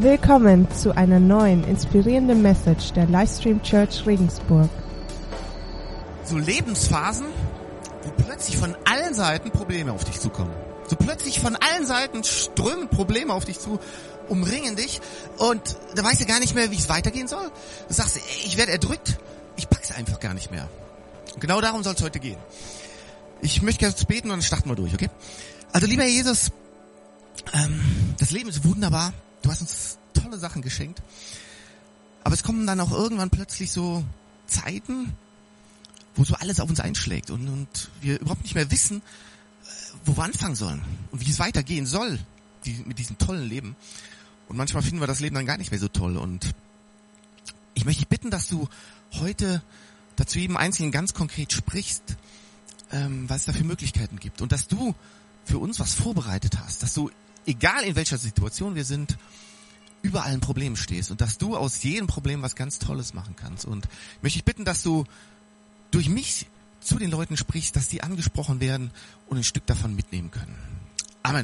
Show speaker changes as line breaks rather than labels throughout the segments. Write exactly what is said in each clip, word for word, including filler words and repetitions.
Willkommen zu einer neuen, inspirierenden Message der Livestream Church Regensburg.
So Lebensphasen, wo plötzlich von allen Seiten Probleme auf dich zukommen. So plötzlich von allen Seiten strömen Probleme auf dich zu, umringen dich und da weißt du gar nicht mehr, wie es weitergehen soll. Du sagst, ich werde erdrückt, ich pack's einfach gar nicht mehr. Und genau darum soll es heute gehen. Ich möchte jetzt beten und dann starten wir durch, okay? Also lieber Jesus, ähm, das Leben ist wunderbar. Du hast uns tolle Sachen geschenkt. Aber es kommen dann auch irgendwann plötzlich so Zeiten, wo so alles auf uns einschlägt und, und wir überhaupt nicht mehr wissen, wo wir anfangen sollen und wie es weitergehen soll die, mit diesem tollen Leben. Und manchmal finden wir das Leben dann gar nicht mehr so toll. Und ich möchte dich bitten, dass du heute dazu jedem Einzelnen ganz konkret sprichst, ähm, was es da für Möglichkeiten gibt. Und dass du für uns was vorbereitet hast, dass du, egal in welcher Situation wir sind, überall ein Problem stehst und dass du aus jedem Problem was ganz Tolles machen kannst. Und ich möchte dich bitten, dass du durch mich zu den Leuten sprichst, dass die angesprochen werden und ein Stück davon mitnehmen können. Amen.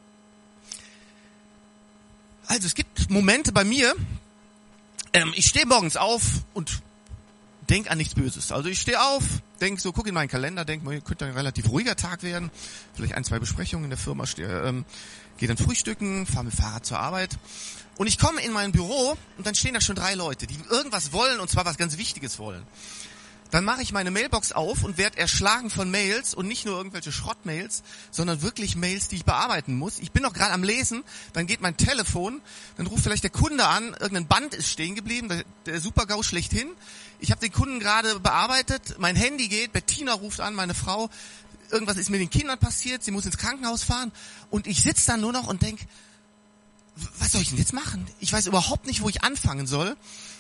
Also es gibt Momente bei mir, ähm, ich stehe morgens auf und denk an nichts Böses. Also ich stehe auf, denk so, guck in meinen Kalender, denk mal, könnte ein relativ ruhiger Tag werden. Vielleicht ein, zwei Besprechungen in der Firma, stehe, ähm, gehe dann frühstücken, fahre mit dem Fahrrad zur Arbeit. Und ich komme in mein Büro und dann stehen da schon drei Leute, die irgendwas wollen und zwar was ganz Wichtiges wollen. Dann mache ich meine Mailbox auf und werde erschlagen von Mails und nicht nur irgendwelche Schrottmails, sondern wirklich Mails, die ich bearbeiten muss. Ich bin noch gerade am Lesen, dann geht mein Telefon, dann ruft vielleicht der Kunde an, irgendein Band ist stehen geblieben, der, der Super-GAU schlechthin. Ich habe den Kunden gerade bearbeitet, mein Handy geht, Bettina ruft an, meine Frau, irgendwas ist mit den Kindern passiert, sie muss ins Krankenhaus fahren und ich sitze dann nur noch und denk, was soll ich denn jetzt machen? Ich weiß überhaupt nicht, wo ich anfangen soll.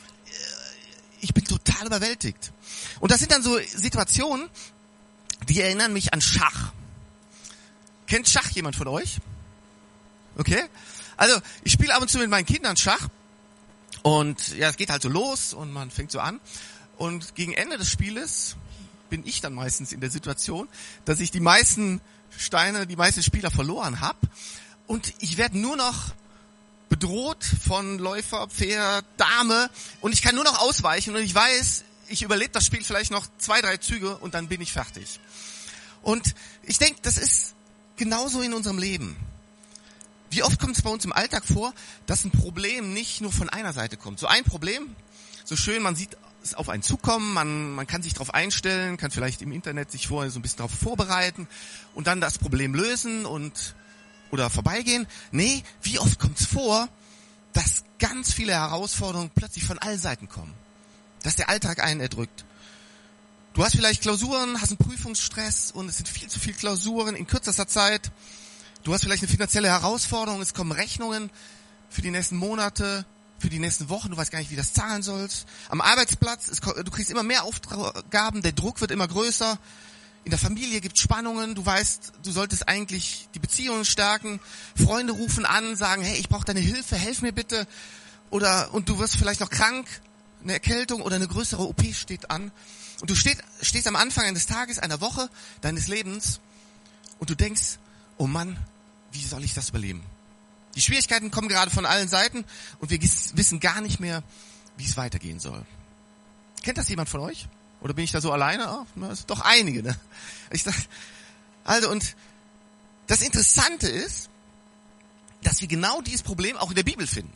Ich bin total überwältigt. Und das sind dann so Situationen, die erinnern mich an Schach. Kennt Schach jemand von euch? Okay? Also, ich spiele ab und zu mit meinen Kindern Schach. Und ja, es geht halt so los und man fängt so an. Und gegen Ende des Spieles bin ich dann meistens in der Situation, dass ich die meisten Steine, die meisten Spieler verloren habe. Und ich werde nur noch bedroht von Läufer, Pferd, Dame und ich kann nur noch ausweichen und ich weiß, ich überlebe das Spiel vielleicht noch zwei, drei Züge und dann bin ich fertig. Und ich denke, das ist genauso in unserem Leben. Wie oft kommt es bei uns im Alltag vor, dass ein Problem nicht nur von einer Seite kommt. So ein Problem, so schön, man sieht es auf einen zukommen, man, man kann sich darauf einstellen, kann vielleicht im Internet sich vorher so ein bisschen darauf vorbereiten und dann das Problem lösen und oder vorbeigehen. Nee, wie oft kommt es vor, dass ganz viele Herausforderungen plötzlich von allen Seiten kommen. Dass der Alltag einen erdrückt. Du hast vielleicht Klausuren, hast einen Prüfungsstress und es sind viel zu viele Klausuren in kürzester Zeit. Du hast vielleicht eine finanzielle Herausforderung, es kommen Rechnungen für die nächsten Monate, für die nächsten Wochen, du weißt gar nicht, wie das zahlen sollst. Am Arbeitsplatz, es, du kriegst immer mehr Aufgaben, der Druck wird immer größer. In der Familie gibt es Spannungen, du weißt, du solltest eigentlich die Beziehungen stärken. Freunde rufen an, sagen, hey, ich brauche deine Hilfe, helf mir bitte. Oder und du wirst vielleicht noch krank, eine Erkältung oder eine größere O P steht an. Und du stehst, stehst am Anfang eines Tages, einer Woche deines Lebens und du denkst, oh Mann, wie soll ich das überleben? Die Schwierigkeiten kommen gerade von allen Seiten und wir wissen gar nicht mehr, wie es weitergehen soll. Kennt das jemand von euch? Oder bin ich da so alleine? Oh, das sind doch einige, ne? Ich sag, also, und das Interessante ist, dass wir genau dieses Problem auch in der Bibel finden.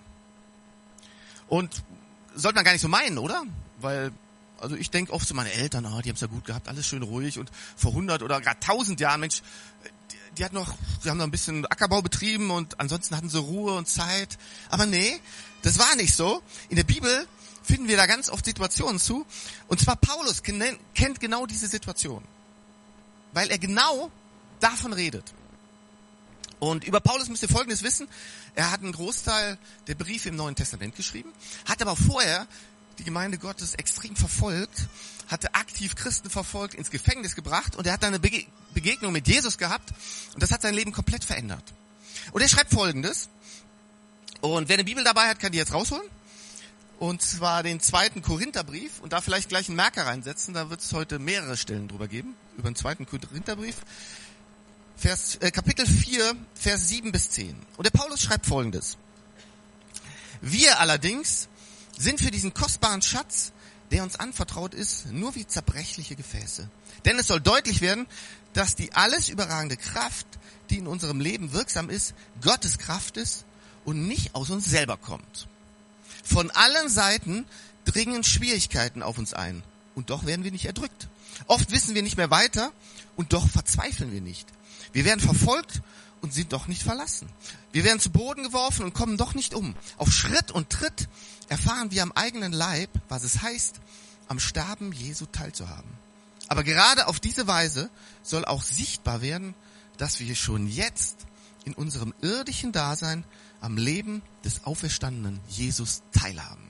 Und sollte man gar nicht so meinen, oder? Weil, also ich denke oft so, meine Eltern, oh, die haben es ja gut gehabt, alles schön ruhig und vor hundert oder gerade tausend Jahren, Mensch, die, die hat noch, sie haben noch ein bisschen Ackerbau betrieben und ansonsten hatten sie Ruhe und Zeit. Aber nee, das war nicht so. In der Bibel finden wir da ganz oft Situationen zu. Und zwar Paulus kennt genau diese Situation. Weil er genau davon redet. Und über Paulus müsst ihr Folgendes wissen. Er hat einen Großteil der Briefe im Neuen Testament geschrieben, hat aber vorher die Gemeinde Gottes extrem verfolgt, hatte aktiv Christen verfolgt, ins Gefängnis gebracht und er hat dann eine Bege- Begegnung mit Jesus gehabt und das hat sein Leben komplett verändert. Und er schreibt Folgendes. Und wer eine Bibel dabei hat, kann die jetzt rausholen. Und zwar den zweiten Korintherbrief und da vielleicht gleich einen Merker reinsetzen, da wird es heute mehrere Stellen drüber geben, über den zweiten Korintherbrief. Vers, äh, Kapitel vier, Vers sieben bis zehn. Und der Paulus schreibt Folgendes. Wir allerdings sind für diesen kostbaren Schatz, der uns anvertraut ist, nur wie zerbrechliche Gefäße. Denn es soll deutlich werden, dass die alles überragende Kraft, die in unserem Leben wirksam ist, Gottes Kraft ist und nicht aus uns selber kommt. Von allen Seiten dringen Schwierigkeiten auf uns ein und doch werden wir nicht erdrückt. Oft wissen wir nicht mehr weiter und doch verzweifeln wir nicht. Wir werden verfolgt und sind doch nicht verlassen. Wir werden zu Boden geworfen und kommen doch nicht um. Auf Schritt und Tritt erfahren wir am eigenen Leib, was es heißt, am Sterben Jesu teilzuhaben. Aber gerade auf diese Weise soll auch sichtbar werden, dass wir schon jetzt in unserem irdischen Dasein am Leben des auferstandenen Jesus teilhaben.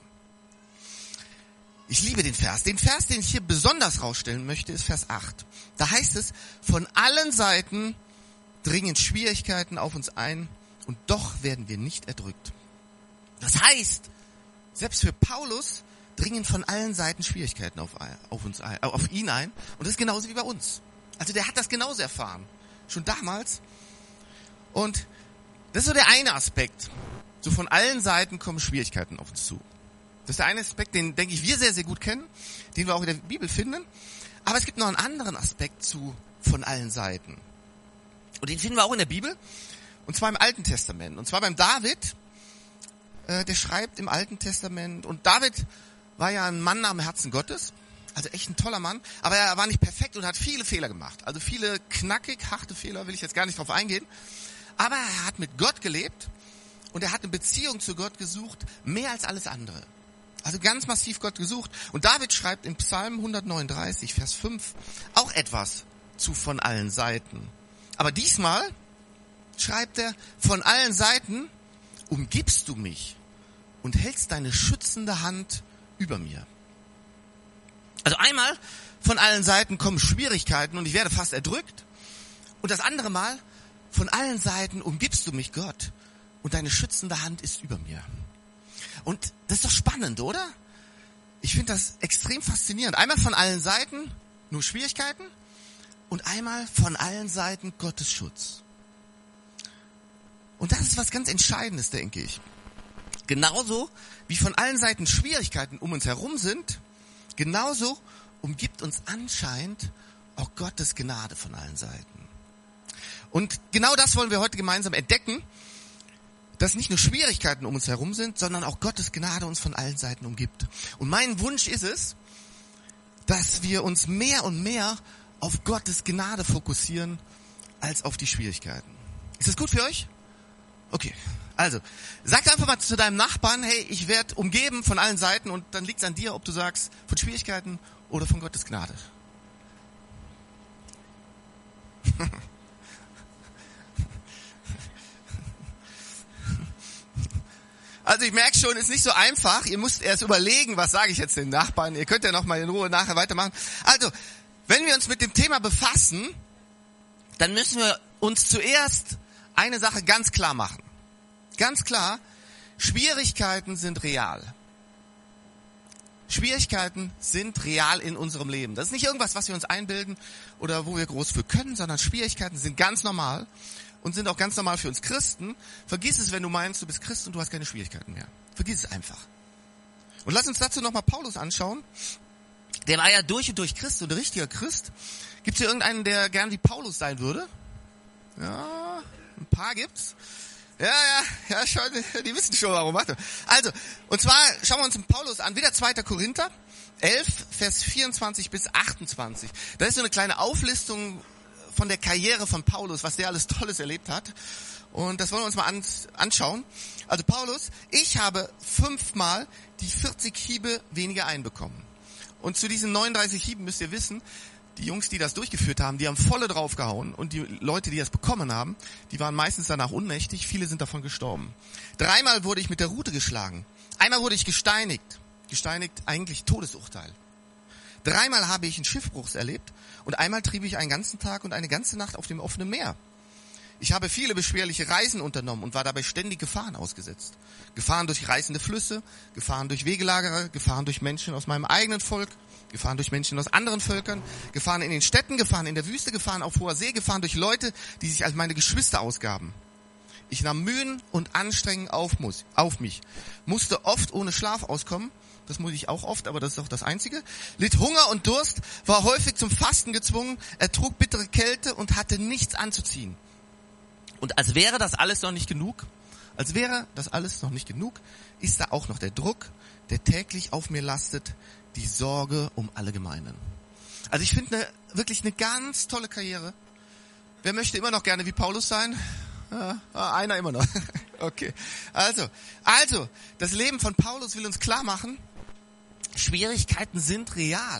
Ich liebe den Vers. Den Vers, den ich hier besonders rausstellen möchte, ist Vers acht. Da heißt es, von allen Seiten dringen Schwierigkeiten auf uns ein und doch werden wir nicht erdrückt. Das heißt, selbst für Paulus dringen von allen Seiten Schwierigkeiten auf, auf uns ein, auf ihn ein. Und das ist genauso wie bei uns. Also der hat das genauso erfahren. Schon damals. Und das ist so der eine Aspekt. So von allen Seiten kommen Schwierigkeiten auf uns zu. Das ist der eine Aspekt, den, denke ich, wir sehr, sehr gut kennen, den wir auch in der Bibel finden. Aber es gibt noch einen anderen Aspekt zu von allen Seiten. Und den finden wir auch in der Bibel. Und zwar im Alten Testament. Und zwar beim David. Äh, der schreibt im Alten Testament. Und David war ja ein Mann am Herzen Gottes. Also echt ein toller Mann. Aber er war nicht perfekt und hat viele Fehler gemacht. Also viele knackig, harte Fehler, will ich jetzt gar nicht drauf eingehen. Aber er hat mit Gott gelebt. Und er hat eine Beziehung zu Gott gesucht, mehr als alles andere. Also ganz massiv Gott gesucht. Und David schreibt im Psalm hundertneununddreißig, Vers fünf, auch etwas zu von allen Seiten. Aber diesmal schreibt er, von allen Seiten umgibst du mich und hältst deine schützende Hand über mir. Also einmal, von allen Seiten kommen Schwierigkeiten und ich werde fast erdrückt. Und das andere Mal, von allen Seiten umgibst du mich, Gott, und deine schützende Hand ist über mir. Und das ist doch spannend, oder? Ich finde das extrem faszinierend. Einmal von allen Seiten nur Schwierigkeiten und einmal von allen Seiten Gottes Schutz. Und das ist was ganz Entscheidendes, denke ich. Genauso wie von allen Seiten Schwierigkeiten um uns herum sind, genauso umgibt uns anscheinend auch Gottes Gnade von allen Seiten. Und genau das wollen wir heute gemeinsam entdecken, dass nicht nur Schwierigkeiten um uns herum sind, sondern auch Gottes Gnade uns von allen Seiten umgibt. Und mein Wunsch ist es, dass wir uns mehr und mehr auf Gottes Gnade fokussieren, als auf die Schwierigkeiten. Ist das gut für euch? Okay, also, sag einfach mal zu deinem Nachbarn, hey, ich werde umgeben von allen Seiten und dann liegt es an dir, ob du sagst, von Schwierigkeiten oder von Gottes Gnade. Also ich merke schon, ist nicht so einfach. Ihr müsst erst überlegen, was sage ich jetzt den Nachbarn. Ihr könnt ja noch mal in Ruhe nachher weitermachen. Also, wenn wir uns mit dem Thema befassen, dann müssen wir uns zuerst eine Sache ganz klar machen. Ganz klar, Schwierigkeiten sind real. Schwierigkeiten sind real in unserem Leben. Das ist nicht irgendwas, was wir uns einbilden oder wo wir groß für können, sondern Schwierigkeiten sind ganz normal. Und sind auch ganz normal für uns Christen. Vergiss es, wenn du meinst, du bist Christ und du hast keine Schwierigkeiten mehr. Vergiss es einfach. Und lass uns dazu nochmal Paulus anschauen. Der war ja durch und durch Christ und ein richtiger Christ. Gibt es hier irgendeinen, der gern wie Paulus sein würde? Ja, ein paar gibt's. Ja, ja, ja, schon, die wissen schon, warum. Also, und zwar schauen wir uns den Paulus an. Wieder zweiter Korinther elf, Vers vierundzwanzig bis achtundzwanzig. Da ist so eine kleine Auflistung von der Karriere von Paulus, was der alles Tolles erlebt hat. Und das wollen wir uns mal anschauen. Also Paulus, ich habe fünfmal die vierzig Hiebe weniger einbekommen. Und zu diesen neununddreißig Hieben müsst ihr wissen, die Jungs, die das durchgeführt haben, die haben volle draufgehauen. Und die Leute, die das bekommen haben, die waren meistens danach ohnmächtig. Viele sind davon gestorben. Dreimal wurde ich mit der Rute geschlagen. Einmal wurde ich gesteinigt. Gesteinigt, eigentlich Todesurteil. Dreimal habe ich einen Schiffbruch erlebt und einmal trieb ich einen ganzen Tag und eine ganze Nacht auf dem offenen Meer. Ich habe viele beschwerliche Reisen unternommen und war dabei ständig Gefahren ausgesetzt. Gefahren durch reißende Flüsse, Gefahren durch Wegelagerer, Gefahren durch Menschen aus meinem eigenen Volk, Gefahren durch Menschen aus anderen Völkern, Gefahren in den Städten, Gefahren in der Wüste, Gefahren auf hoher See, Gefahren durch Leute, die sich als meine Geschwister ausgaben. Ich nahm Mühen und Anstrengungen auf, muss, auf mich, musste oft ohne Schlaf auskommen, das muss ich auch oft, aber das ist auch das Einzige, litt Hunger und Durst, war häufig zum Fasten gezwungen, ertrug bittere Kälte und hatte nichts anzuziehen. Und als wäre das alles noch nicht genug, als wäre das alles noch nicht genug, ist da auch noch der Druck, der täglich auf mir lastet, die Sorge um alle Gemeinen. Also ich finde ne, wirklich eine ganz tolle Karriere. Wer möchte immer noch gerne wie Paulus sein? Ja, einer immer noch. Okay. Also, also, das Leben von Paulus will uns klar machen, Schwierigkeiten sind real.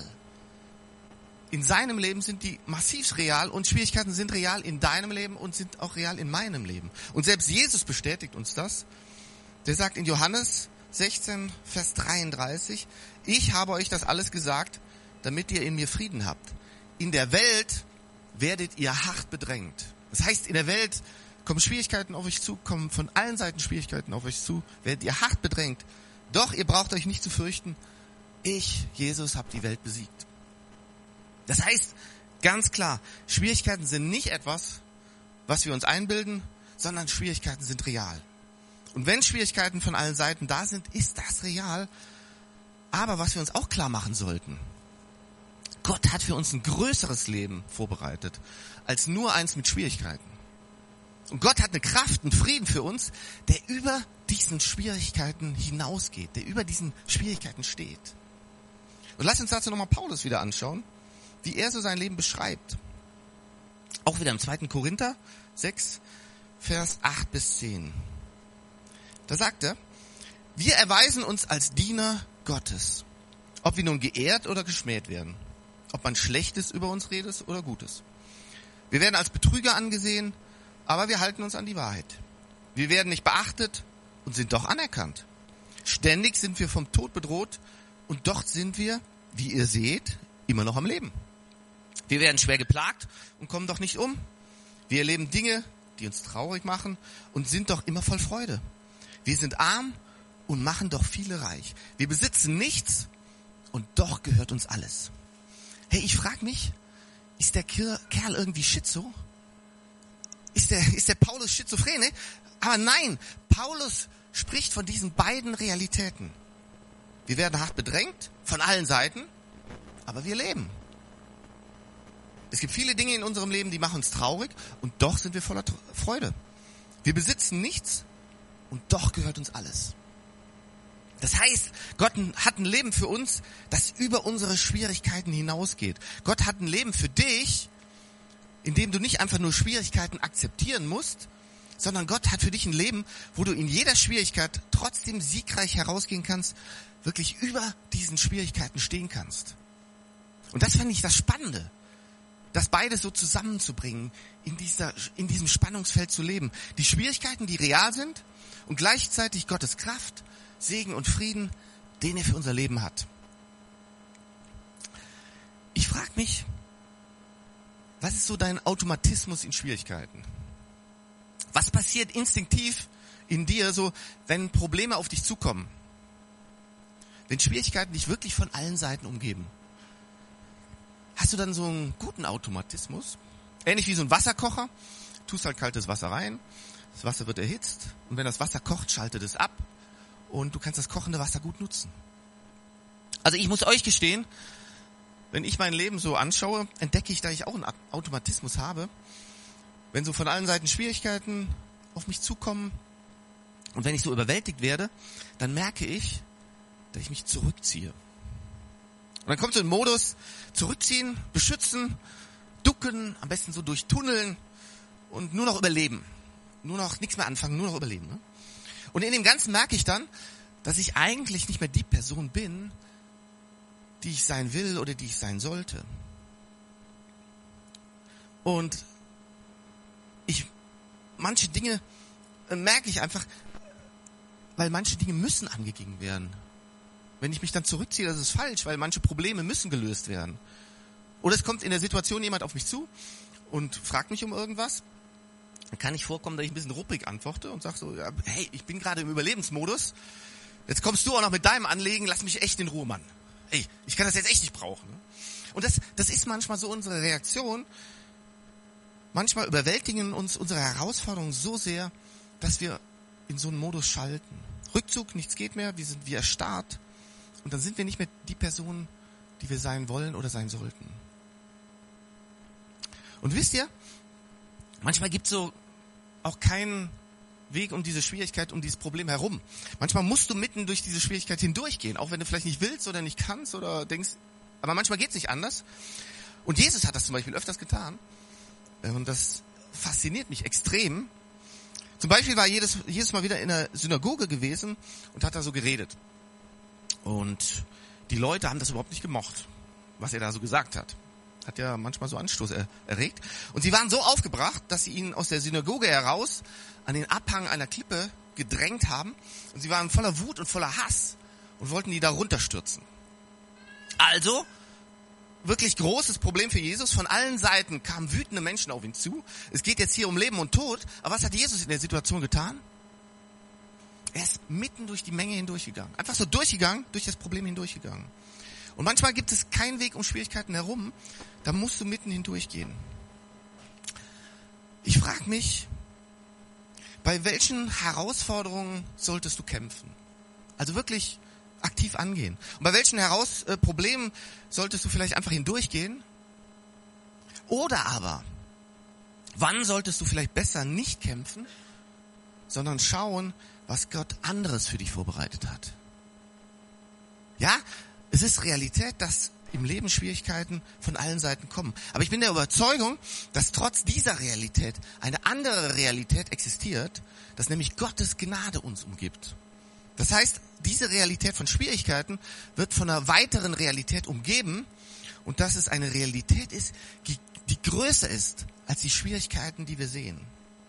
In seinem Leben sind die massiv real und Schwierigkeiten sind real in deinem Leben und sind auch real in meinem Leben. Und selbst Jesus bestätigt uns das. Der sagt in Johannes sechzehn, Vers dreiunddreißig, ich habe euch das alles gesagt, damit ihr in mir Frieden habt. In der Welt werdet ihr hart bedrängt. Das heißt, in der Welt kommen Schwierigkeiten auf euch zu, kommen von allen Seiten Schwierigkeiten auf euch zu, werdet ihr hart bedrängt. Doch ihr braucht euch nicht zu fürchten, ich, Jesus, habe die Welt besiegt. Das heißt, ganz klar, Schwierigkeiten sind nicht etwas, was wir uns einbilden, sondern Schwierigkeiten sind real. Und wenn Schwierigkeiten von allen Seiten da sind, ist das real. Aber was wir uns auch klar machen sollten, Gott hat für uns ein größeres Leben vorbereitet, als nur eins mit Schwierigkeiten. Und Gott hat eine Kraft, einen Frieden für uns, der über diesen Schwierigkeiten hinausgeht, der über diesen Schwierigkeiten steht. Und lass uns dazu nochmal Paulus wieder anschauen, wie er so sein Leben beschreibt. Auch wieder im zweiten Korinther sechs, Vers acht bis zehn. Da sagt er, wir erweisen uns als Diener Gottes, ob wir nun geehrt oder geschmäht werden, ob man Schlechtes über uns redet oder Gutes. Wir werden als Betrüger angesehen, aber wir halten uns an die Wahrheit. Wir werden nicht beachtet und sind doch anerkannt. Ständig sind wir vom Tod bedroht und doch sind wir, wie ihr seht, immer noch am Leben. Wir werden schwer geplagt und kommen doch nicht um. Wir erleben Dinge, die uns traurig machen und sind doch immer voll Freude. Wir sind arm und machen doch viele reich. Wir besitzen nichts und doch gehört uns alles. Hey, ich frage mich, ist der Kerl irgendwie schizo? Ist der, ist der Paulus schizophren? Ne? Aber nein, Paulus spricht von diesen beiden Realitäten. Wir werden hart bedrängt von allen Seiten, aber wir leben. Es gibt viele Dinge in unserem Leben, die machen uns traurig und doch sind wir voller Freude. Wir besitzen nichts und doch gehört uns alles. Das heißt, Gott hat ein Leben für uns, das über unsere Schwierigkeiten hinausgeht. Gott hat ein Leben für dich, in dem du nicht einfach nur Schwierigkeiten akzeptieren musst, sondern Gott hat für dich ein Leben, wo du in jeder Schwierigkeit trotzdem siegreich herausgehen kannst, wirklich über diesen Schwierigkeiten stehen kannst. Und das finde ich das Spannende, das beides so zusammenzubringen, in dieser, in diesem Spannungsfeld zu leben. Die Schwierigkeiten, die real sind und gleichzeitig Gottes Kraft, Segen und Frieden, den er für unser Leben hat. Ich frage mich, was ist so dein Automatismus in Schwierigkeiten? Was passiert instinktiv in dir so, wenn Probleme auf dich zukommen? Wenn Schwierigkeiten dich wirklich von allen Seiten umgeben? Hast du dann so einen guten Automatismus? Ähnlich wie so ein Wasserkocher. Tust halt kaltes Wasser rein, das Wasser wird erhitzt und wenn das Wasser kocht, schaltet es ab und du kannst das kochende Wasser gut nutzen. Also ich muss euch gestehen, wenn ich mein Leben so anschaue, entdecke ich, dass ich auch einen Automatismus habe. Wenn so von allen Seiten Schwierigkeiten auf mich zukommen und wenn ich so überwältigt werde, dann merke ich, dass ich mich zurückziehe. Und dann kommt so ein Modus, zurückziehen, beschützen, ducken, am besten so durchtunneln und nur noch überleben. Nur noch nichts mehr anfangen, nur noch überleben. Ne? Und in dem Ganzen merke ich dann, dass ich eigentlich nicht mehr die Person bin, die ich sein will oder die ich sein sollte. Und ich, manche Dinge äh, merke ich einfach, weil manche Dinge müssen angegangen werden. Wenn ich mich dann zurückziehe, das ist falsch, weil manche Probleme müssen gelöst werden. Oder es kommt in der Situation jemand auf mich zu und fragt mich um irgendwas. Dann kann ich vorkommen, dass ich ein bisschen ruppig antworte und sage so, ja, hey, ich bin gerade im Überlebensmodus. Jetzt kommst du auch noch mit deinem Anliegen, lass mich echt in Ruhe, Mann. Ey, ich kann das jetzt echt nicht brauchen. Und das, das ist manchmal so unsere Reaktion. Manchmal überwältigen uns unsere Herausforderungen so sehr, dass wir in so einen Modus schalten. Rückzug, nichts geht mehr, wir sind wie erstarrt. Und dann sind wir nicht mehr die Person, die wir sein wollen oder sein sollten. Und wisst ihr, manchmal gibt es so auch keinen Weg um diese Schwierigkeit, um dieses Problem herum. Manchmal musst du mitten durch diese Schwierigkeit hindurchgehen, auch wenn du vielleicht nicht willst oder nicht kannst oder denkst, aber manchmal geht es nicht anders. Und Jesus hat das zum Beispiel öfters getan. Und das fasziniert mich extrem. Zum Beispiel war jedes, jedes Mal wieder in der Synagoge gewesen und hat da so geredet. Und die Leute haben das überhaupt nicht gemocht, was er da so gesagt hat. Hat ja manchmal so Anstoß er, erregt. Und sie waren so aufgebracht, dass sie ihn aus der Synagoge heraus an den Abhang einer Klippe gedrängt haben. Und sie waren voller Wut und voller Hass und wollten die da runterstürzen. Also, wirklich großes Problem für Jesus. Von allen Seiten kamen wütende Menschen auf ihn zu. Es geht jetzt hier um Leben und Tod. Aber was hat Jesus in der Situation getan? Er ist mitten durch die Menge hindurchgegangen. Einfach so durchgegangen, durch das Problem hindurchgegangen. Und manchmal gibt es keinen Weg um Schwierigkeiten herum. Da musst du mitten hindurchgehen. Ich frage mich, bei welchen Herausforderungen solltest du kämpfen? Also wirklich aktiv angehen. Und bei welchen Heraus- äh, Problemen solltest du vielleicht einfach hindurchgehen? Oder aber, wann solltest du vielleicht besser nicht kämpfen, sondern schauen, was Gott anderes für dich vorbereitet hat? Ja, es ist Realität, dass im Leben Schwierigkeiten von allen Seiten kommen. Aber ich bin der Überzeugung, dass trotz dieser Realität eine andere Realität existiert, dass nämlich Gottes Gnade uns umgibt. Das heißt, diese Realität von Schwierigkeiten wird von einer weiteren Realität umgeben und dass es eine Realität ist, die, die größer ist als die Schwierigkeiten, die wir sehen.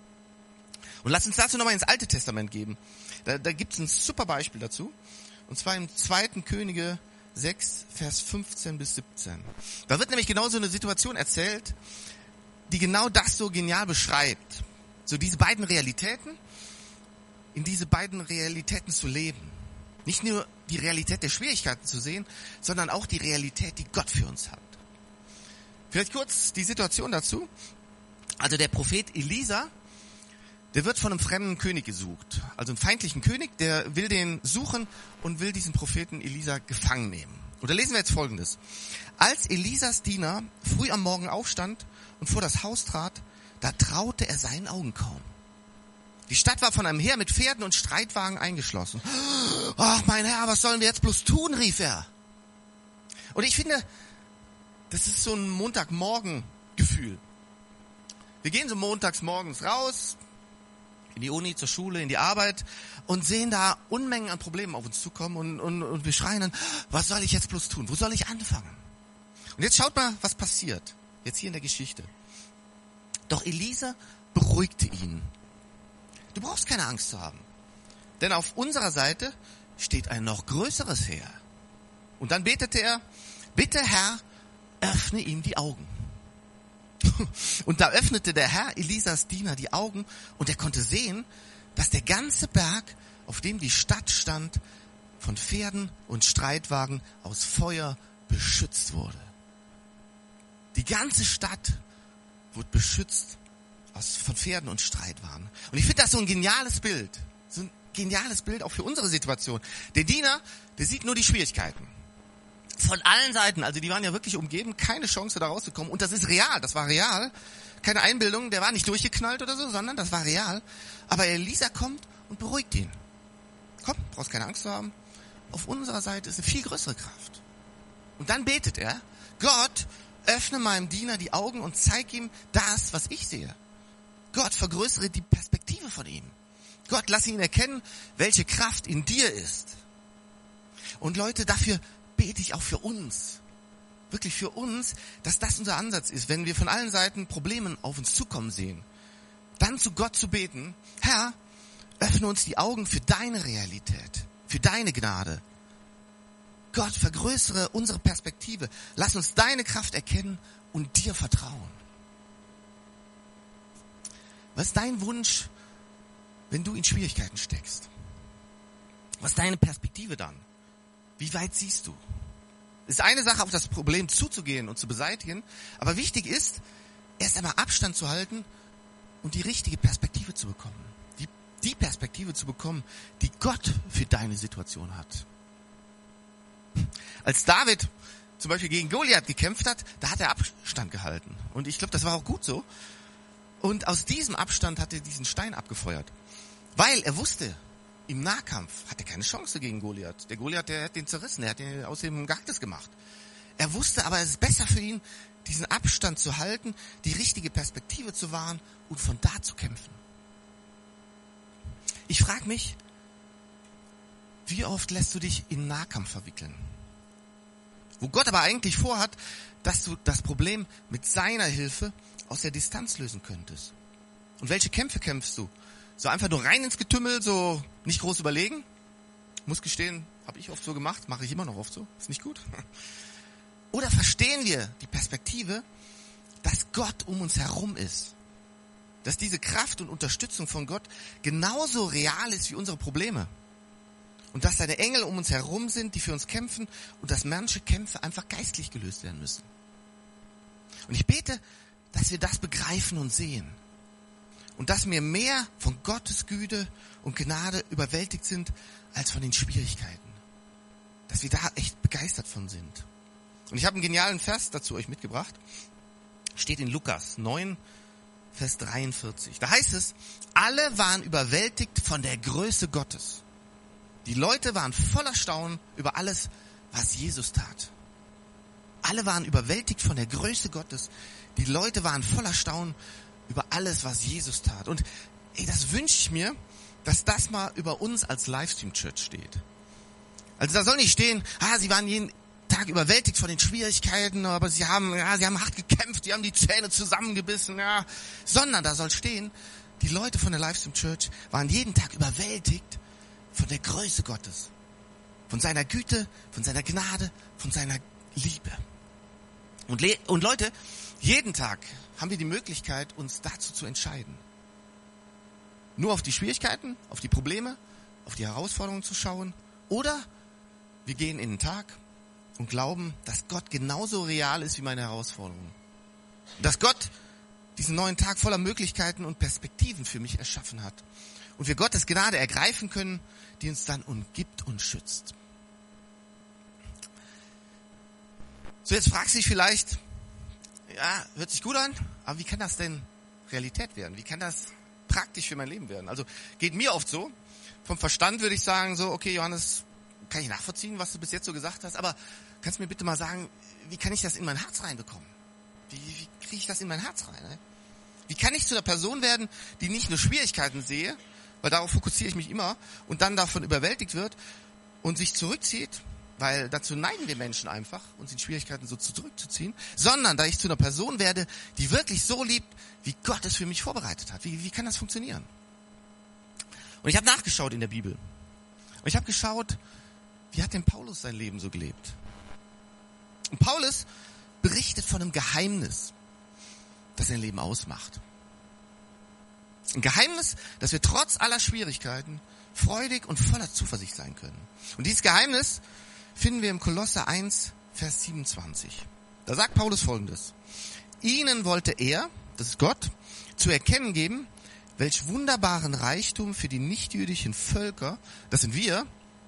Und lass uns dazu nochmal ins Alte Testament gehen. Da, da gibt es ein super Beispiel dazu. Und zwar im zweiten Könige sechs, Vers fünfzehn bis siebzehn. Da wird nämlich genau so eine Situation erzählt, die genau das so genial beschreibt. So diese beiden Realitäten, in diese beiden Realitäten zu leben. Nicht nur die Realität der Schwierigkeiten zu sehen, sondern auch die Realität, die Gott für uns hat. Vielleicht kurz die Situation dazu. Also der Prophet Elisa, der wird von einem fremden König gesucht. Also einen feindlichen König, der will den suchen und will diesen Propheten Elisa gefangen nehmen. Und da lesen wir jetzt Folgendes. Als Elisas Diener früh am Morgen aufstand und vor das Haus trat, da traute er seinen Augen kaum. Die Stadt war von einem Heer mit Pferden und Streitwagen eingeschlossen. Ach, mein Herr, was sollen wir jetzt bloß tun, rief er. Und ich finde, das ist so ein Montagmorgen-Gefühl. Wir gehen so montags morgens raus, in die Uni, zur Schule, in die Arbeit und sehen da Unmengen an Problemen auf uns zukommen und, und, und wir schreien dann, was soll ich jetzt bloß tun? Wo soll ich anfangen? Und jetzt schaut mal, was passiert. Jetzt hier in der Geschichte. Doch Elisa beruhigte ihn. Du brauchst keine Angst zu haben. Denn auf unserer Seite steht ein noch größeres Heer. Und dann betete er, bitte Herr, öffne ihm die Augen. Und da öffnete der Herr Elisas Diener die Augen und er konnte sehen, dass der ganze Berg, auf dem die Stadt stand, von Pferden und Streitwagen aus Feuer beschützt wurde. Die ganze Stadt wurde beschützt aus, von Pferden und Streitwagen. Und ich finde das so ein geniales Bild. So ein geniales Bild auch für unsere Situation. Der Diener, der sieht nur die Schwierigkeiten. Von allen Seiten, also die waren ja wirklich umgeben, keine Chance da rauszukommen. Und das ist real, das war real. Keine Einbildung, der war nicht durchgeknallt oder so, sondern das war real. Aber Elisa kommt und beruhigt ihn. Komm, brauchst keine Angst zu haben. Auf unserer Seite ist eine viel größere Kraft. Und dann betet er, Gott, öffne meinem Diener die Augen und zeig ihm das, was ich sehe. Gott, vergrößere die Perspektive von ihm. Gott, lass ihn erkennen, welche Kraft in dir ist. Und Leute, dafür bete ich auch für uns. Wirklich für uns, dass das unser Ansatz ist, wenn wir von allen Seiten Probleme auf uns zukommen sehen. Dann zu Gott zu beten, Herr, öffne uns die Augen für deine Realität, für deine Gnade. Gott, vergrößere unsere Perspektive. Lass uns deine Kraft erkennen und dir vertrauen. Was ist dein Wunsch, wenn du in Schwierigkeiten steckst? Was ist deine Perspektive dann? Wie weit siehst du? Es ist eine Sache, auf das Problem zuzugehen und zu beseitigen, aber wichtig ist, erst einmal Abstand zu halten und die richtige Perspektive zu bekommen. Die die Perspektive zu bekommen, die Gott für deine Situation hat. Als David zum Beispiel gegen Goliath gekämpft hat, da hat er Abstand gehalten. Und ich glaube, das war auch gut so. Und aus diesem Abstand hat er diesen Stein abgefeuert. Weil er wusste, im Nahkampf hat er keine Chance gegen Goliath. Der Goliath, der hat den zerrissen, der hat den aus dem Gehacktes gemacht. Er wusste aber, es ist besser für ihn, diesen Abstand zu halten, die richtige Perspektive zu wahren und von da zu kämpfen. Ich frage mich, wie oft lässt du dich in Nahkampf verwickeln? Wo Gott aber eigentlich vorhat, dass du das Problem mit seiner Hilfe aus der Distanz lösen könntest. Und welche Kämpfe kämpfst du? So einfach nur rein ins Getümmel, so nicht groß überlegen? Muss gestehen, habe ich oft so gemacht, mache ich immer noch oft so, ist nicht gut. Oder verstehen wir die Perspektive, dass Gott um uns herum ist? Dass diese Kraft und Unterstützung von Gott genauso real ist wie unsere Probleme. Und dass seine Engel um uns herum sind, die für uns kämpfen und dass manche Kämpfe einfach geistlich gelöst werden müssen. Und ich bete, dass wir das begreifen und sehen. Und dass wir mehr von Gottes Güte und Gnade überwältigt sind, als von den Schwierigkeiten. Dass wir da echt begeistert von sind. Und ich habe einen genialen Vers dazu euch mitgebracht. Steht in Lukas neun, Vers dreiundvierzig. Da heißt es, alle waren überwältigt von der Größe Gottes. Die Leute waren voller Staunen über alles, was Jesus tat. Alle waren überwältigt von der Größe Gottes. Die Leute waren voller Staunen über alles, was Jesus tat. Und ey, das wünsche ich mir, dass das mal über uns als Livestream Church steht. Also da soll nicht stehen, ah, sie waren jeden Tag überwältigt von den Schwierigkeiten, aber sie haben, ja, sie haben hart gekämpft, sie haben die Zähne zusammengebissen, ja. Sondern da soll stehen, die Leute von der Livestream Church waren jeden Tag überwältigt von der Größe Gottes. Von seiner Güte, von seiner Gnade, von seiner Liebe. Und, le- und Leute, jeden Tag haben wir die Möglichkeit, uns dazu zu entscheiden. Nur auf die Schwierigkeiten, auf die Probleme, auf die Herausforderungen zu schauen. Oder wir gehen in den Tag und glauben, dass Gott genauso real ist wie meine Herausforderungen. Und dass Gott diesen neuen Tag voller Möglichkeiten und Perspektiven für mich erschaffen hat. Und wir Gottes Gnade ergreifen können, die uns dann umgibt und schützt. So, jetzt fragst du dich vielleicht, ja, hört sich gut an, aber wie kann das denn Realität werden? Wie kann das praktisch für mein Leben werden? Also geht mir oft so, vom Verstand würde ich sagen so, okay Johannes, kann ich nachvollziehen, was du bis jetzt so gesagt hast, aber kannst du mir bitte mal sagen, wie kann ich das in mein Herz reinbekommen? Wie, wie kriege ich das in mein Herz rein? Ne? Wie kann ich zu einer Person werden, die nicht nur Schwierigkeiten sehe, weil darauf fokussiere ich mich immer und dann davon überwältigt wird und sich zurückzieht, weil dazu neigen wir Menschen einfach, uns in Schwierigkeiten so zurückzuziehen, sondern da ich zu einer Person werde, die wirklich so liebt, wie Gott es für mich vorbereitet hat. Wie, wie kann das funktionieren? Und ich habe nachgeschaut in der Bibel. Und ich habe geschaut, wie hat denn Paulus sein Leben so gelebt? Und Paulus berichtet von einem Geheimnis, das sein Leben ausmacht. Ein Geheimnis, dass wir trotz aller Schwierigkeiten freudig und voller Zuversicht sein können. Und dieses Geheimnis finden wir im Kolosser eins, Vers siebenundzwanzig. Da sagt Paulus Folgendes. Ihnen wollte er, das ist Gott, zu erkennen geben, welch wunderbaren Reichtum für die nichtjüdischen Völker, das sind wir,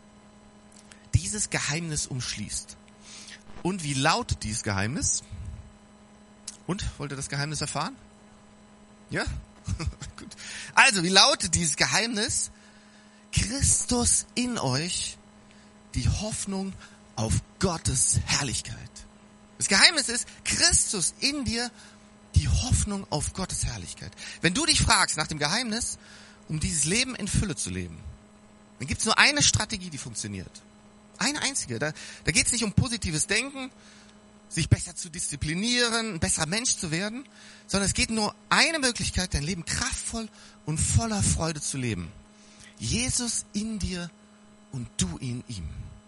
dieses Geheimnis umschließt. Und wie lautet dieses Geheimnis? Und, wollt ihr das Geheimnis erfahren? Ja? Gut. Also, wie lautet dieses Geheimnis? Christus in euch, die Hoffnung auf Gottes Herrlichkeit. Das Geheimnis ist, Christus in dir, die Hoffnung auf Gottes Herrlichkeit. Wenn du dich fragst nach dem Geheimnis, um dieses Leben in Fülle zu leben, dann gibt es nur eine Strategie, die funktioniert. Eine einzige. Da, da geht es nicht um positives Denken, sich besser zu disziplinieren, ein besserer Mensch zu werden, sondern es geht nur eine Möglichkeit, dein Leben kraftvoll und voller Freude zu leben. Jesus in dir und du in ihm.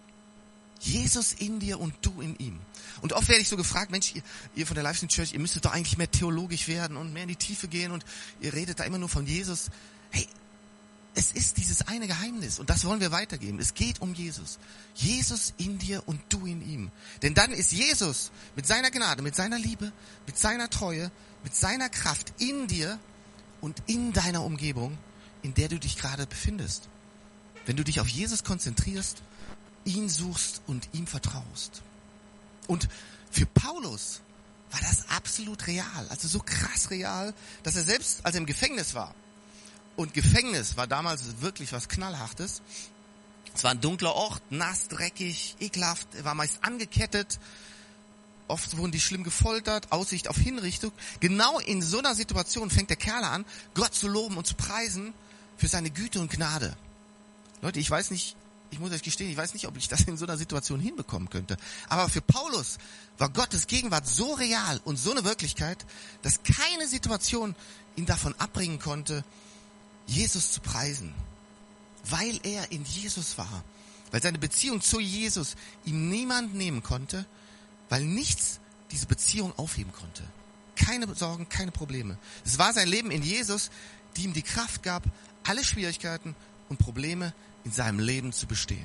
Jesus in dir und du in ihm. Und oft werde ich so gefragt, Mensch, ihr, ihr von der Livestream Church, ihr müsstet doch eigentlich mehr theologisch werden und mehr in die Tiefe gehen und ihr redet da immer nur von Jesus. Hey, es ist dieses eine Geheimnis und das wollen wir weitergeben. Es geht um Jesus. Jesus in dir und du in ihm. Denn dann ist Jesus mit seiner Gnade, mit seiner Liebe, mit seiner Treue, mit seiner Kraft in dir und in deiner Umgebung in der du dich gerade befindest. Wenn du dich auf Jesus konzentrierst, ihn suchst und ihm vertraust. Und für Paulus war das absolut real, also so krass real, dass er selbst, als er im Gefängnis war, und Gefängnis war damals wirklich was Knallhartes, es war ein dunkler Ort, nass, dreckig, ekelhaft, er war meist angekettet, oft wurden die schlimm gefoltert, Aussicht auf Hinrichtung. Genau in so einer Situation fängt der Kerl an, Gott zu loben und zu preisen für seine Güte und Gnade. Leute, ich weiß nicht, ich muss euch gestehen, ich weiß nicht, ob ich das in so einer Situation hinbekommen könnte. Aber für Paulus war Gottes Gegenwart so real und so eine Wirklichkeit, dass keine Situation ihn davon abbringen konnte, Jesus zu preisen. Weil er in Jesus war. Weil seine Beziehung zu Jesus ihm niemand nehmen konnte, weil nichts diese Beziehung aufheben konnte. Keine Sorgen, keine Probleme. Es war sein Leben in Jesus, die ihm die Kraft gab, alle Schwierigkeiten und Probleme in seinem Leben zu bestehen.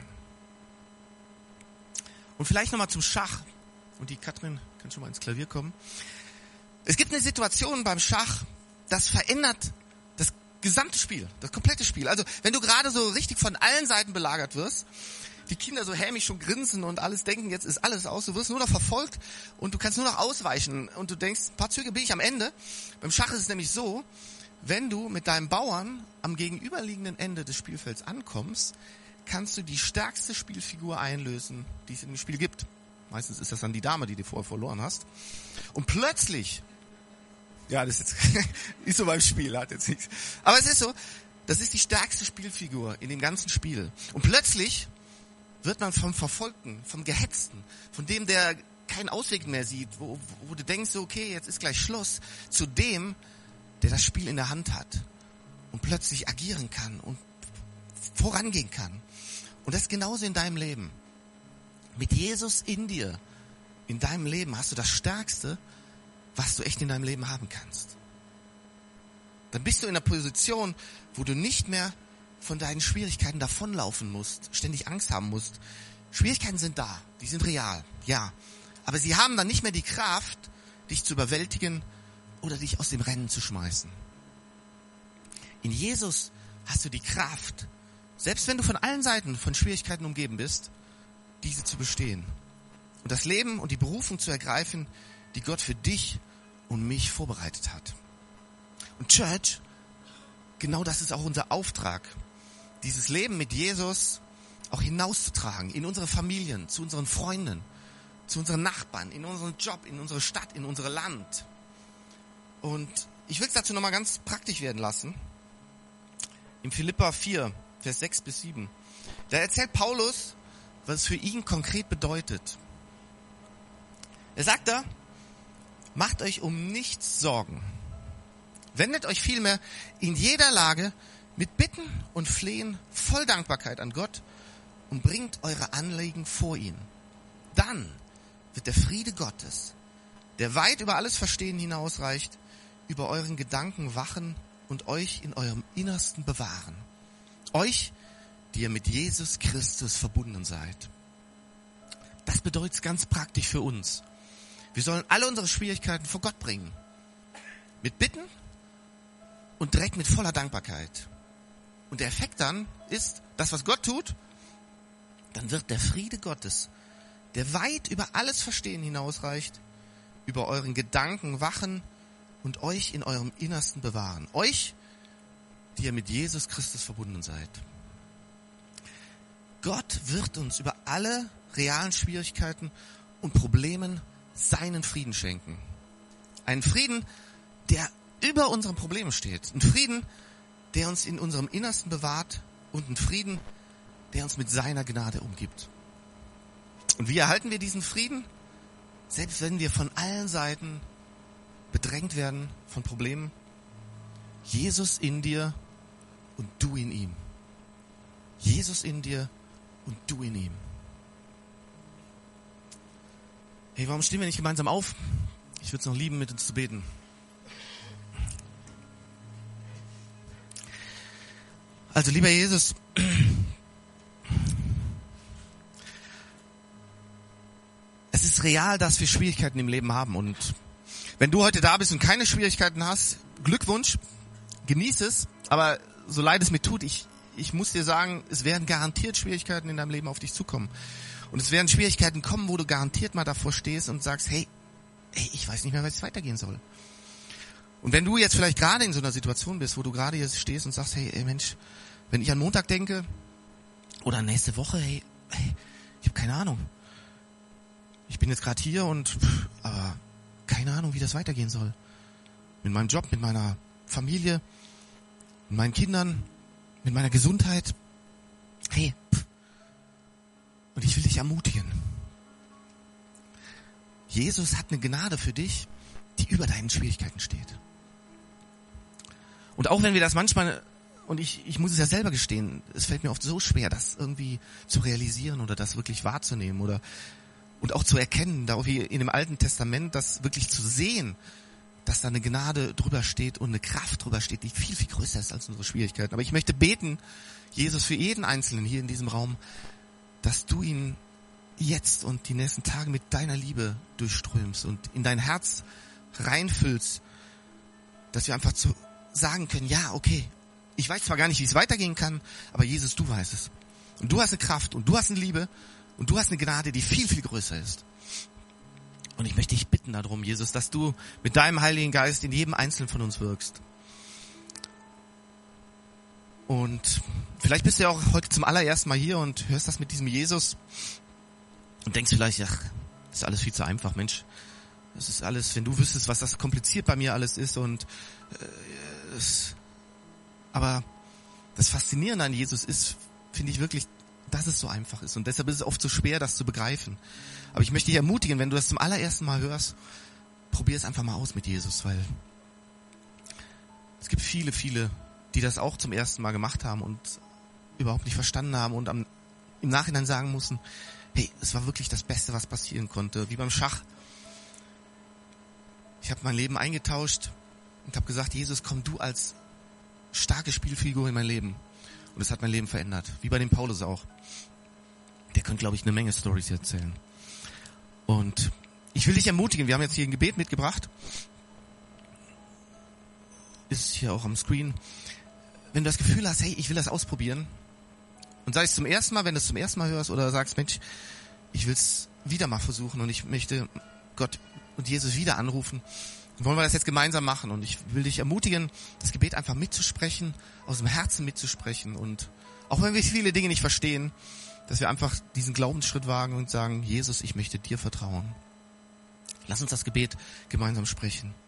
Und vielleicht nochmal zum Schach. Und die Katrin kann schon mal ins Klavier kommen. Es gibt eine Situation beim Schach, das verändert das gesamte Spiel, das komplette Spiel. Also wenn du gerade so richtig von allen Seiten belagert wirst, die Kinder so hämisch schon grinsen und alles denken, jetzt ist alles aus, du wirst nur noch verfolgt und du kannst nur noch ausweichen und du denkst, ein paar Züge bin ich am Ende. Beim Schach ist es nämlich so, wenn du mit deinem Bauern am gegenüberliegenden Ende des Spielfelds ankommst, kannst du die stärkste Spielfigur einlösen, die es im Spiel gibt. Meistens ist das dann die Dame, die du vorher verloren hast. Und plötzlich, ja, das ist jetzt ist so beim Spiel, hat jetzt nichts. Aber es ist so, das ist die stärkste Spielfigur in dem ganzen Spiel. Und plötzlich wird man vom Verfolgten, vom Gehetzten, von dem, der keinen Ausweg mehr sieht, wo, wo du denkst, so, okay, jetzt ist gleich Schluss, zu dem, der das Spiel in der Hand hat und plötzlich agieren kann und vorangehen kann. Und das ist genauso in deinem Leben. Mit Jesus in dir, in deinem Leben hast du das Stärkste, was du echt in deinem Leben haben kannst. Dann bist du in einer Position, wo du nicht mehr von deinen Schwierigkeiten davonlaufen musst, ständig Angst haben musst. Schwierigkeiten sind da, die sind real, ja. Aber sie haben dann nicht mehr die Kraft, dich zu überwältigen oder dich aus dem Rennen zu schmeißen. In Jesus hast du die Kraft, selbst wenn du von allen Seiten von Schwierigkeiten umgeben bist, diese zu bestehen. Und das Leben und die Berufung zu ergreifen, die Gott für dich und mich vorbereitet hat. Und Church, genau das ist auch unser Auftrag, dieses Leben mit Jesus auch hinauszutragen, in unsere Familien, zu unseren Freunden, zu unseren Nachbarn, in unseren Job, in unsere Stadt, in unser Land. Und ich will es dazu nochmal ganz praktisch werden lassen. Im Philipper vier, Vers sechs bis sieben. Da erzählt Paulus, was es für ihn konkret bedeutet. Er sagt da, macht euch um nichts Sorgen. Wendet euch vielmehr in jeder Lage mit Bitten und Flehen voll Dankbarkeit an Gott und bringt eure Anliegen vor ihn. Dann wird der Friede Gottes, der weit über alles Verstehen hinausreicht, über euren Gedanken wachen und euch in eurem Innersten bewahren. Euch, die ihr mit Jesus Christus verbunden seid. Das bedeutet ganz praktisch für uns. Wir sollen alle unsere Schwierigkeiten vor Gott bringen. Mit Bitten und direkt mit voller Dankbarkeit. Und der Effekt dann ist, das, was Gott tut, dann wird der Friede Gottes, der weit über alles Verstehen hinausreicht, über euren Gedanken wachen und euch in eurem Innersten bewahren. Euch, die ihr mit Jesus Christus verbunden seid. Gott wird uns über alle realen Schwierigkeiten und Problemen seinen Frieden schenken. Einen Frieden, der über unseren Problemen steht. Ein Frieden, der uns in unserem Innersten bewahrt und ein Frieden, der uns mit seiner Gnade umgibt. Und wie erhalten wir diesen Frieden? Selbst wenn wir von allen Seiten bedrängt werden von Problemen. Jesus in dir und du in ihm. Jesus in dir und du in ihm. Hey, warum stehen wir nicht gemeinsam auf? Ich würde es noch lieben, mit uns zu beten. Also, lieber Jesus, es ist real, dass wir Schwierigkeiten im Leben haben. Und wenn du heute da bist und keine Schwierigkeiten hast, Glückwunsch, genieß es. Aber so leid es mir tut, ich, ich muss dir sagen, es werden garantiert Schwierigkeiten in deinem Leben auf dich zukommen. Und es werden Schwierigkeiten kommen, wo du garantiert mal davor stehst und sagst, hey, hey, ich weiß nicht mehr, wie es weitergehen soll. Und wenn du jetzt vielleicht gerade in so einer Situation bist, wo du gerade jetzt stehst und sagst, hey, ey Mensch, wenn ich an Montag denke oder nächste Woche, hey, hey ich habe keine Ahnung. Ich bin jetzt gerade hier und pff, aber keine Ahnung, wie das weitergehen soll. Mit meinem Job, mit meiner Familie, mit meinen Kindern, mit meiner Gesundheit. Hey, pff. Und ich will dich ermutigen. Jesus hat eine Gnade für dich, die über deinen Schwierigkeiten steht. Und auch wenn wir das manchmal, und ich, ich muss es ja selber gestehen, es fällt mir oft so schwer, das irgendwie zu realisieren oder das wirklich wahrzunehmen oder und auch zu erkennen, da wie in dem Alten Testament, das wirklich zu sehen, dass da eine Gnade drüber steht und eine Kraft drüber steht, die viel, viel größer ist als unsere Schwierigkeiten. Aber ich möchte beten, Jesus, für jeden Einzelnen hier in diesem Raum, dass du ihn jetzt und die nächsten Tage mit deiner Liebe durchströmst und in dein Herz reinfüllst, dass wir einfach zu sagen können, ja, okay, ich weiß zwar gar nicht, wie es weitergehen kann, aber Jesus, du weißt es. Und du hast eine Kraft und du hast eine Liebe und du hast eine Gnade, die viel, viel größer ist. Und ich möchte dich bitten darum, Jesus, dass du mit deinem Heiligen Geist in jedem Einzelnen von uns wirkst. Und vielleicht bist du ja auch heute zum allerersten Mal hier und hörst das mit diesem Jesus und denkst vielleicht, ach, das ist alles viel zu einfach, Mensch. Das ist alles, wenn du wüsstest, was das kompliziert bei mir alles ist und äh, es, aber das Faszinierende an Jesus ist, finde ich wirklich, dass es so einfach ist und deshalb ist es oft so schwer, das zu begreifen. Aber ich möchte dich ermutigen, wenn du das zum allerersten Mal hörst, probier es einfach mal aus mit Jesus, weil es gibt viele, viele, die das auch zum ersten Mal gemacht haben und überhaupt nicht verstanden haben und am, im Nachhinein sagen mussten, hey, es war wirklich das Beste, was passieren konnte, wie beim Schach. Ich habe mein Leben eingetauscht und habe gesagt, Jesus, komm du als starke Spielfigur in mein Leben. Und es hat mein Leben verändert, wie bei dem Paulus auch. Der könnte, glaube ich, eine Menge Storys erzählen. Und ich will dich ermutigen, wir haben jetzt hier ein Gebet mitgebracht. Ist hier auch am Screen. Wenn du das Gefühl hast, hey, ich will das ausprobieren, und sei es zum ersten Mal, wenn du es zum ersten Mal hörst, oder sagst, Mensch, ich will es wieder mal versuchen und ich möchte Gott und Jesus wieder anrufen, wollen wir das jetzt gemeinsam machen. Und ich will dich ermutigen, das Gebet einfach mitzusprechen, aus dem Herzen mitzusprechen. Und auch wenn wir viele Dinge nicht verstehen, dass wir einfach diesen Glaubensschritt wagen und sagen, Jesus, ich möchte dir vertrauen. Lass uns das Gebet gemeinsam sprechen.